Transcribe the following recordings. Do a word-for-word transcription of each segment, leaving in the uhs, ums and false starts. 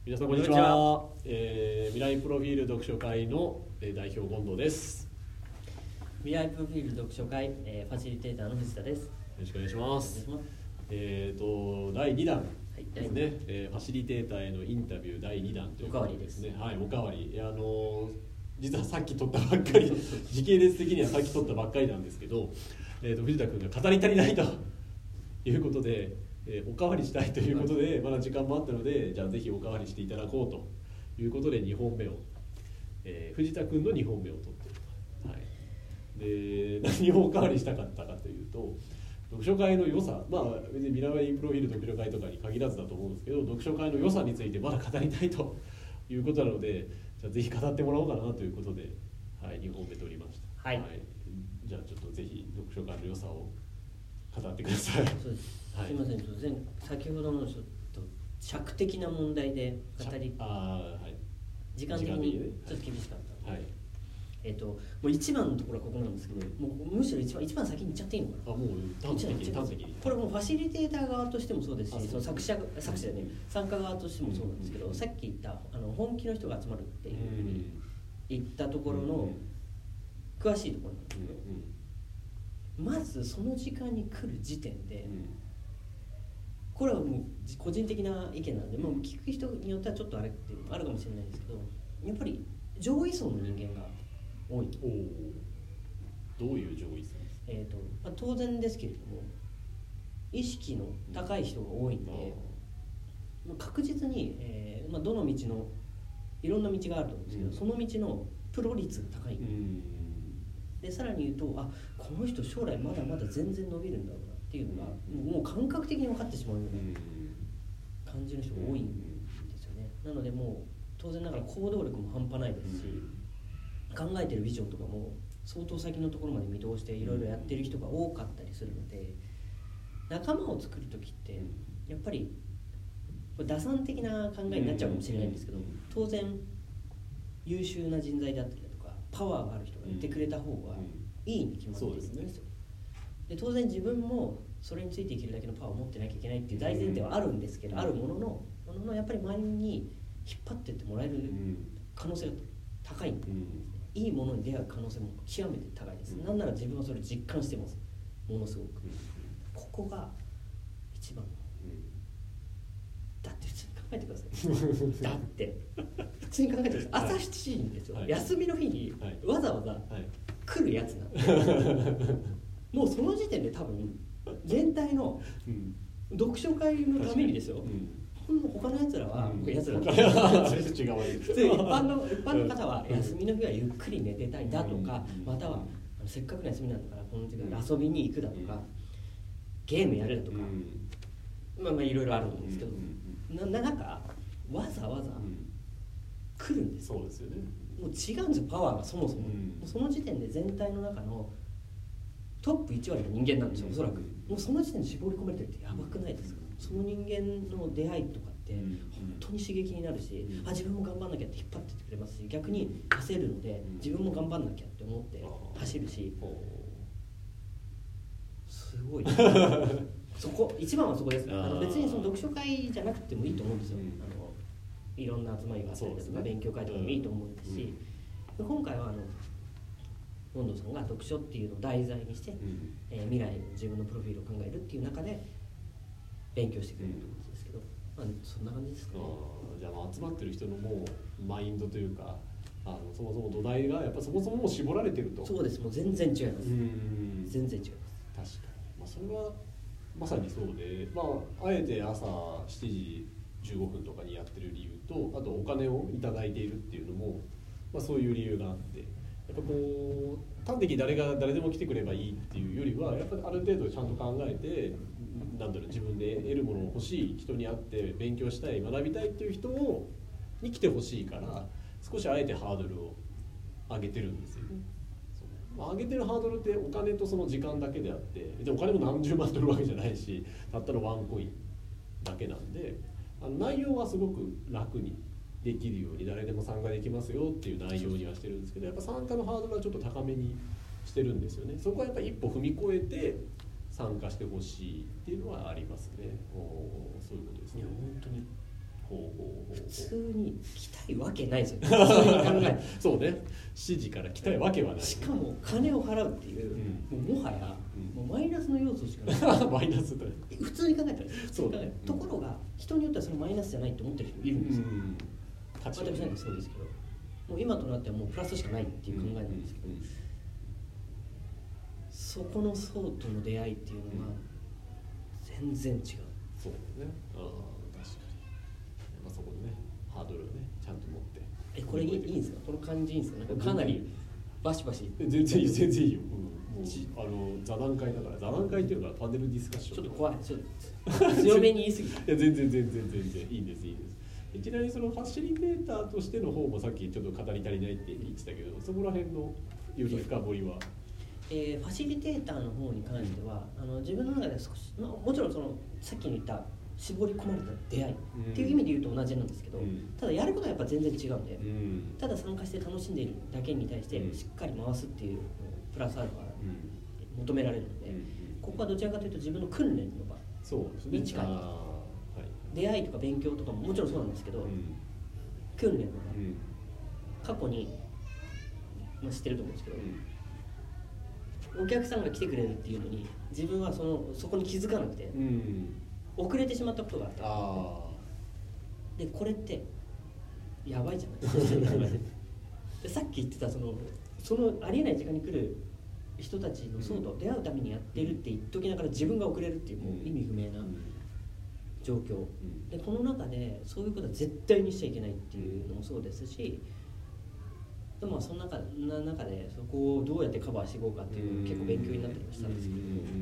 皆さんこんにちは。えー、未来プロフィール読書会の代表権藤です。 未来プロフィール読書会、えー、ファシリテーターの藤田です。よろしくお願いします。えーとだいにだんですね、はい、えー、ファシリテーターへのインタビューだいにだんということですね。はい、おかわり。あのー、実はさっき撮ったばっかり時系列的にはさっき撮ったばっかりなんですけど、えーと藤田君が語り足りないということで、えー、おかわりしたいということで、まだ時間もあったので、じゃあぜひおかわりしていただこうということでにほんめを、えー、藤田君のにほんめを撮っていると、はい、で何をおかわりしたかったかというと、読書会の良さ、まあ別に未来プロフィール読書会とかに限らずだと思うんですけど、読書会の良さについてまだ語りたいということなので、じゃあぜひ語ってもらおうかなということで、はい、にほんめ撮りました。 はい、 はい、じゃあちょっとぜひ読書会の良さを語ってください。 そうです、はい、すみません、突然先ほどのちょっと尺的な問題で語り、 あ、はい、 時間的にちょっと厳しかったので、はい、えっともう一番のところはここなんですけど、もうむしろ一番一番先に行っちゃっていいのかな。 あ、もう端的に端的に。 これもファシリテーター側としてもそうですし、その作者作者でね、参加側としてもそうなんですけど、うん、さっき言ったあの本気の人が集まるっていうふうに言ったところの詳しいところなんですけど。うんうん、まずその時間に来る時点で、うん、これはもう個人的な意見なんで、もう聞く人によってはちょっとあれっていうのもあるかもしれないですけど、やっぱり上位層の人間が多い。 おどういう上位層？ えーとまあ、当然ですけれども、意識の高い人が多いんで、うん、確実に、えーまあ、どの道のいろんな道があると思うんですけど、うん、その道のプロ率が高い。うん、でさらに言うと、あ、この人将来まだまだ全然伸びるんだろうなっていうのが、うん、もう感覚的に分かってしまうような感じの人が多いんですよね。なのでもう当然ながら行動力も半端ないですし、考えてるビジョンとかも相当先のところまで見通していろいろやってる人が多かったりするので、仲間を作る時ってやっぱり打算的な考えになっちゃうかもしれないんですけど、当然優秀な人材だったりとかパワーがある人がいてくれた方がいいに決まっているんですよ。うん、で当然自分もそれについていけるだけのパワーを持ってなきゃいけないっていう大前提はあるんですけど、うん、あるもののもののやっぱり周りに引っ張ってってもらえる可能性が高いんで、うん、いいものに出会う可能性も極めて高いです。うん、なんなら自分はそれを実感してます。ものすごく、うん、ここが一番、うん、だって普通に考えてください。だって普通に考えてください。朝しちじにですよ、はい、休みの日にわざわざ来るやつなんで、はい、もうその時点で多分全体の読書会のためにですよ、うん、他のやつらは、うん、やつら普通一般の一般の方は休みの日はゆっくり寝てたいだとか、うん、またはせっかくの休みなんだからこの時間で遊びに行くだとか、うん、ゲームやるだとか、うん、まあまあいろいろあるんですけど、うん、ななんかわざわざ来るんです。 そうですよね。 もう違うんですよ、パワーがそもそも。うん、もうその時点で全体の中のトップいちわりの人間なんですよ、おそらく。もうその時点で絞り込めてるってやばくないですか。その人間の出会いとかって本当に刺激になるし、うん、あ自分も頑張んなきゃって引っ張ってってくれますし、逆に焦るので自分も頑張んなきゃって思って走るし、すごいそこ一番はそこです。あの別にその読書会じゃなくてもいいと思うんですよ。あのいろんな集まりがあったりとか、ね、勉強会とかもいいと思うんですし、うん、今回はあの権藤さんが読書っていうのを題材にして、うんえー、未来の自分のプロフィールを考えるっていう中で勉強してくれると思うんですけど、まあ、そんな感じですかね。 あじゃあ集まってる人のもうマインドというか、あのそもそも土台がやっぱそもそももう絞られてると。 そうです、もう全然違います。うん全然違います。確かに、まあ、それはまさにそうで、まあ、あえて朝しちじじゅうごふんとかにやってる理由と、あとお金をいただいているっていうのも、まあ、そういう理由があって、やっぱこう端的に誰が誰でも来てくればいいっていうよりは、やっぱりある程度ちゃんと考えて、なんだろう、自分で得るものを欲しい人に会って勉強したい、学びたいっていう人をに来てほしいから、少しあえてハードルを上げてるんですよね。まあ、上げてるハードルってお金とその時間だけであって、でお金も何十万取るわけじゃないし、たったのワンコインだけなんで、あの内容はすごく楽にできるように誰でも参加できますよっていう内容にはしてるんですけど、やっぱ参加のハードルはちょっと高めにしてるんですよね。そこはやっぱり一歩踏み越えて参加してほしいっていうのはありますね。おそういうことですね。 いや本当にほうほうほうほう普通に来たいわけないですよねそういう考えそうね、しちじから来たいわけはない。 しかも金を払うっていう、うん、もうもはや、うん、もうマイナスの要素しかないマイナスだ普通に考えたらそう、ね、ところが人によってはそれマイナスじゃないって思ってる人いるんですよ、うん、私なんかそうですけど、もう今となってはもうプラスしかないっていう考えなんですけど、うんうんうん、そこの層との出会いっていうのは全然違う、 そうね、あ確かに、まあ、そこでねハードルをねちゃんと持って、 えこれいいんですか、この感じいいんですか、なんかかなりバシバシ全然いい全然いいよ、うん、あの座談会だから、座談会っていうのはパネルディスカッション、 ちょっと怖い、ちょっと強めに言い過ぎたいや全然全然全然いいんですいいんです。いきなりそのファシリテーターとしての方もさっきちょっと語り足りないって言ってたけど、そこら辺のより深掘りは、 えー、ファシリテーターの方に関しては、あの自分の中で少し、まあ、もちろんそのさっきの言った絞り込まれた出会いっていう意味で言うと同じなんですけど、うん、ただやることはやっぱ全然違うんで、うん、ただ参加して楽しんでいるだけに対してしっかり回すっていうプラスアルファ求められるので、うん、ここはどちらかというと自分の訓練の場に近い、ね、はい、出会いとか勉強とかももちろんそうなんですけど、うん、訓練の場、うん、過去に、まあ、知ってると思うんですけど、うん、お客さんが来てくれるっていうのに自分はそのそこに気づかなくて、うん、遅れてしまったことがあった。あでこれってやばいじゃないでさっき言ってたそのそのありえない時間に来る人たちの層と出会うためにやってるって言っときながら自分が遅れるっていうもう意味不明な状況で、この中でそういうことは絶対にしちゃいけないっていうのもそうですし、でもその中な中でそこをどうやってカバーしていこうかっていうのが結構勉強になったりもしたんですけど、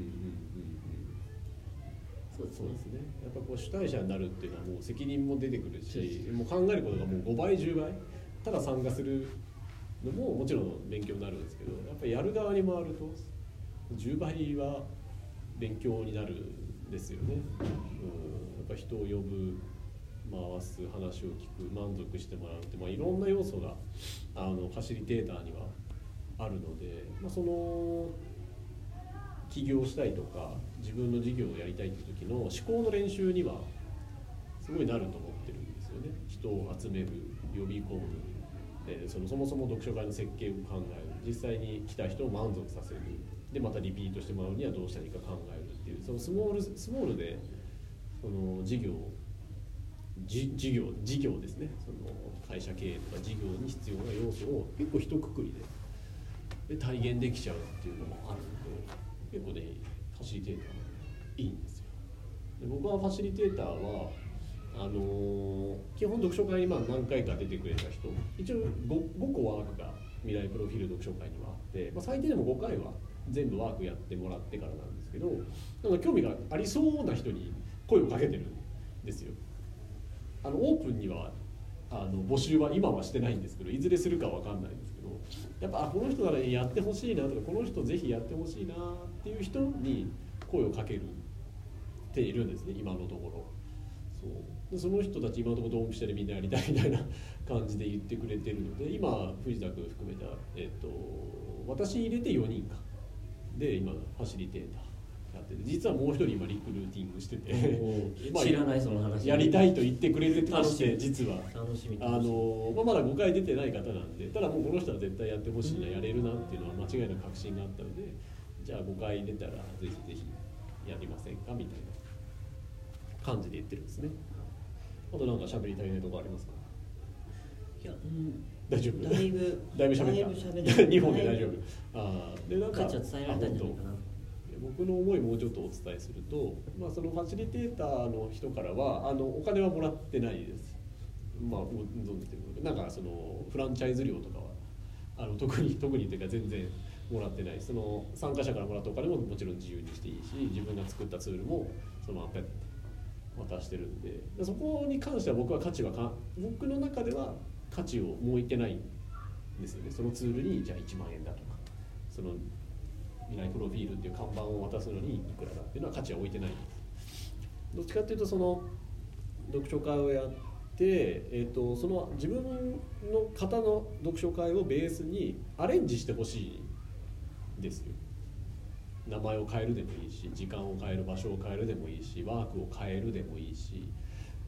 そうですね、やっぱこう主体者になるっていうのはもう責任も出てくるし、もう考えることがもうごばいじゅうばい、ただ参加するのももちろん勉強になるんですけど、やっぱりやる側に回るとじゅうばいは勉強になるんですよね。うん、やっぱ人を呼ぶ、回す、話を聞く、満足してもらうって、まあ、いろんな要素があのファシリテーターにはあるので、まあ、その起業したいとか自分の事業をやりたいという時の思考の練習にはすごいなると思ってるんですよね。人を集める、呼び込む、でそのそもそも読書会の設計を考える、実際に来た人を満足させる、でまたリピートしてもらうにはどうしたらいいか考えるっていう、そのスモールスモールでその事業じ事業事業ですね、その会社経営とか事業に必要な要素を結構一括りでで体現できちゃうっていうのもあるので、結構ねファシリテーターいいんですよ。で僕はファシリテーターはあのー、基本読書会にまあ何回か出てくれた人、一応 5, 5個ワークが未来プロフィール読書会にはあって、まあ、最低でもごかいは全部ワークやってもらってからなんですけど、なんか興味がありそうな人に声をかけてるんですよ。あのオープンにはあの募集は今はしてないんですけど、いずれするかわかんないんですけど、やっぱあこの人ならやってほしいなとか、この人ぜひやってほしいなっていう人に声をかけるっているんですね、今のところ。そうでその人たち今のところドンピシャでみんなやりたいみたいな感じで言ってくれてるので、今藤田君含めた、えっと、私入れてよにんかで今ファシリテーターやってて、実はもう一人今リクルーティングしててまあ、知らないその話やりたいと言ってくれてまして、実は楽しみあの、まあ、まだごかい出てない方なんで、ただもうこの人は絶対やってほしいな、やれるなっていうのは間違いなく確信があったので、じゃあごかい出たらぜひぜひやりませんかみたいな感じで言ってるんですね。あとなんか喋り足りないところありますか？ いや、うん、 大丈夫。 だいぶだいぶ喋った。にほんで大丈夫。ああ、でなんか価値を伝えられたんじゃないかな。 僕の思いもうちょっとお伝えすると、まあそのファシリテーターの人からはあのお金はもらってないです。まあご存知ということで、なんかそのフランチャイズ料とかはあの特に特にというか全然もらってない。その参加者からもらったお金ももちろん自由にしていいし、自分が作ったツールもそのままペッて渡してるんで、そこに関しては僕は価値はか僕の中では価値をもういてないんですよね。そのツールにじゃあいちまんえんだとか、その未来プロフィールっていう看板を渡すのにいくらだっていうのは価値は置いてないんです。どっちかっていうとその読書会をやって、えー、とその自分の方の読書会をベースにアレンジしてほしいんですよ。名前を変えるでもいいし、時間を変える、場所を変えるでもいいし、ワークを変えるでもいいし、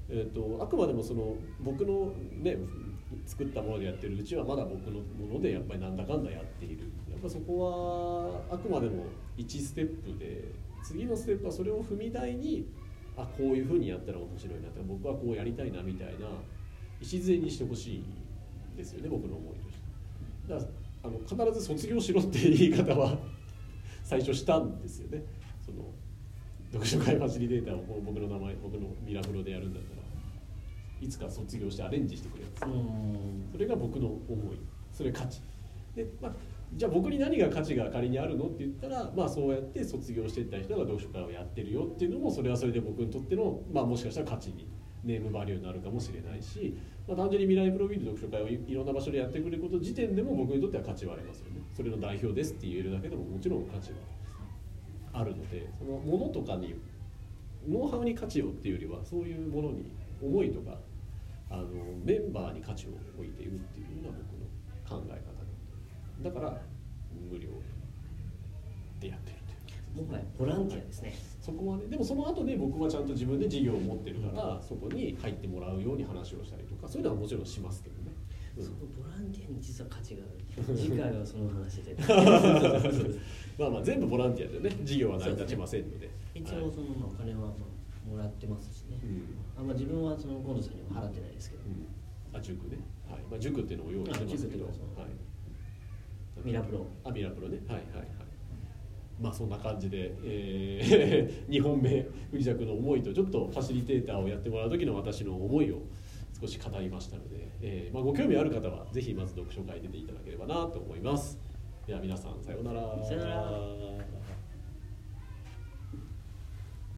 えー、とあくまでもその僕のね作ったものでやってるうちはまだ僕のものでやっぱりなんだかんだやっている。やっぱそこはあくまでもいちステップで、次のステップはそれを踏み台に、あこういうふうにやったら面白いなって、僕はこうやりたいなみたいな礎にしてほしいんですよね、僕の思いとして。だからあの必ず卒業しろっていう言い方は最初したんですよね。その読書会ファシリテーターを僕の名前、僕のミラブロでやるんだったらいつか卒業してアレンジしてくれるんですよ。それが僕の思い、それ価値で、まあ、じゃあ僕に何が価値が仮にあるのって言ったら、まあ、そうやって卒業していった人が読書会をやってるよっていうのも、それはそれで僕にとっての、まあ、もしかしたら価値にネームバリューになるかもしれないし、まあ、単純に未来プロフィール読書会をいろんな場所でやってくれること時点でも僕にとっては価値はありますよね。それの代表ですって言えるだけでももちろん価値はあるので、そのものとかにノウハウに価値をっていうよりは、そういうものに思いとかあのメンバーに価値を置いているっていうのが僕の考え方だから、無料でやってるという、 もはやボランティアですね。 そこはね。でもその後ね、僕はちゃんと自分で事業を持ってるから、そこに入ってもらうように話をしたりとか、そういうのはもちろんしますけどね、うん、 そのボランティアに実は価値がある。次回はその話でまあまあ全部ボランティアでね、事業は成り立ちませんので、 ね、一応そのお金はまあもらってますしね、うん、あまあ、自分はその河野さんには払ってないですけど、うん、 あ塾ね、はい、まあ、塾っていうのを用意してますけど、はい、 ミラプロあミラプロね、はいはいはい、まあそんな感じで、えー、にほんめ藤田君の思いと、ちょっとファシリテーターをやってもらう時の私の思いを少し語りましたので、えーまあ、ご興味ある方はぜひまず読書会に出ていただければなと思います。では皆さんさようなら。 さようなら。